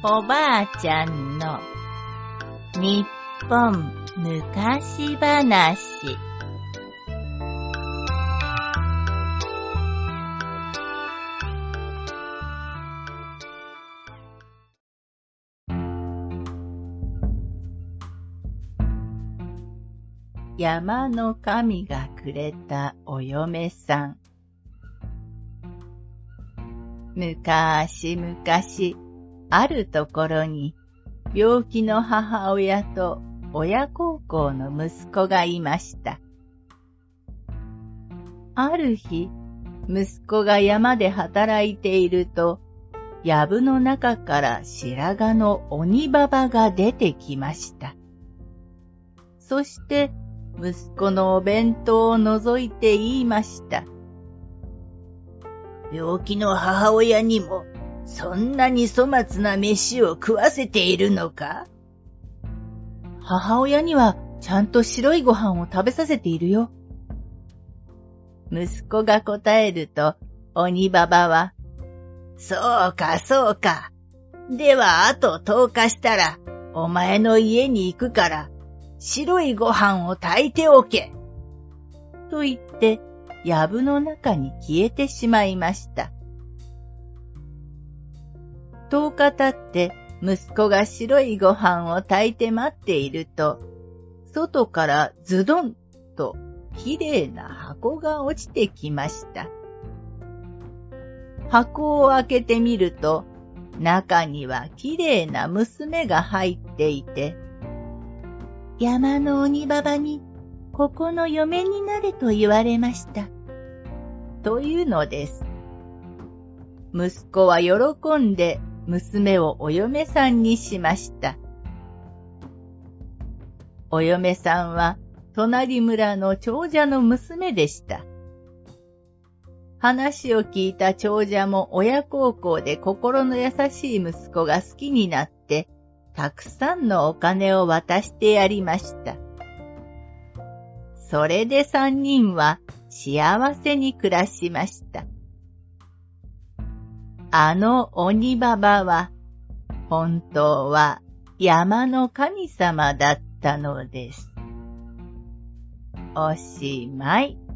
おばあちゃんの日本昔話。山の神がくれたお嫁さん。むかしむかし、あるところに病気の母親と親孝行の息子がいました。ある日、息子が山で働いていると、藪の中から白髪の鬼ババが出てきました。そして、息子のお弁当を覗いて言いました。病気の母親にも、そんなに粗末な飯を食わせているのか？母親にはちゃんと白いご飯を食べさせているよ。息子が答えると、鬼ババは、そうかそうか。ではあと10日したら、お前の家に行くから、白いご飯を炊いておけ。と言って、藪の中に消えてしまいました。10日経って、息子が白いご飯を炊いて待っていると、外からズドンときれいな箱が落ちてきました。箱を開けてみると、中にはきれいな娘が入っていて、山の鬼ババにここの嫁になれと言われました。というのです。息子は喜んで娘をお嫁さんにしました。お嫁さんは隣村の長者の娘でした。話を聞いた長者も親孝行で心の優しい息子が好きになって、たくさんのお金を渡してやりました。それで3人は幸せに暮らしました。あの鬼ババは、本当は山の神様だったのです。おしまい。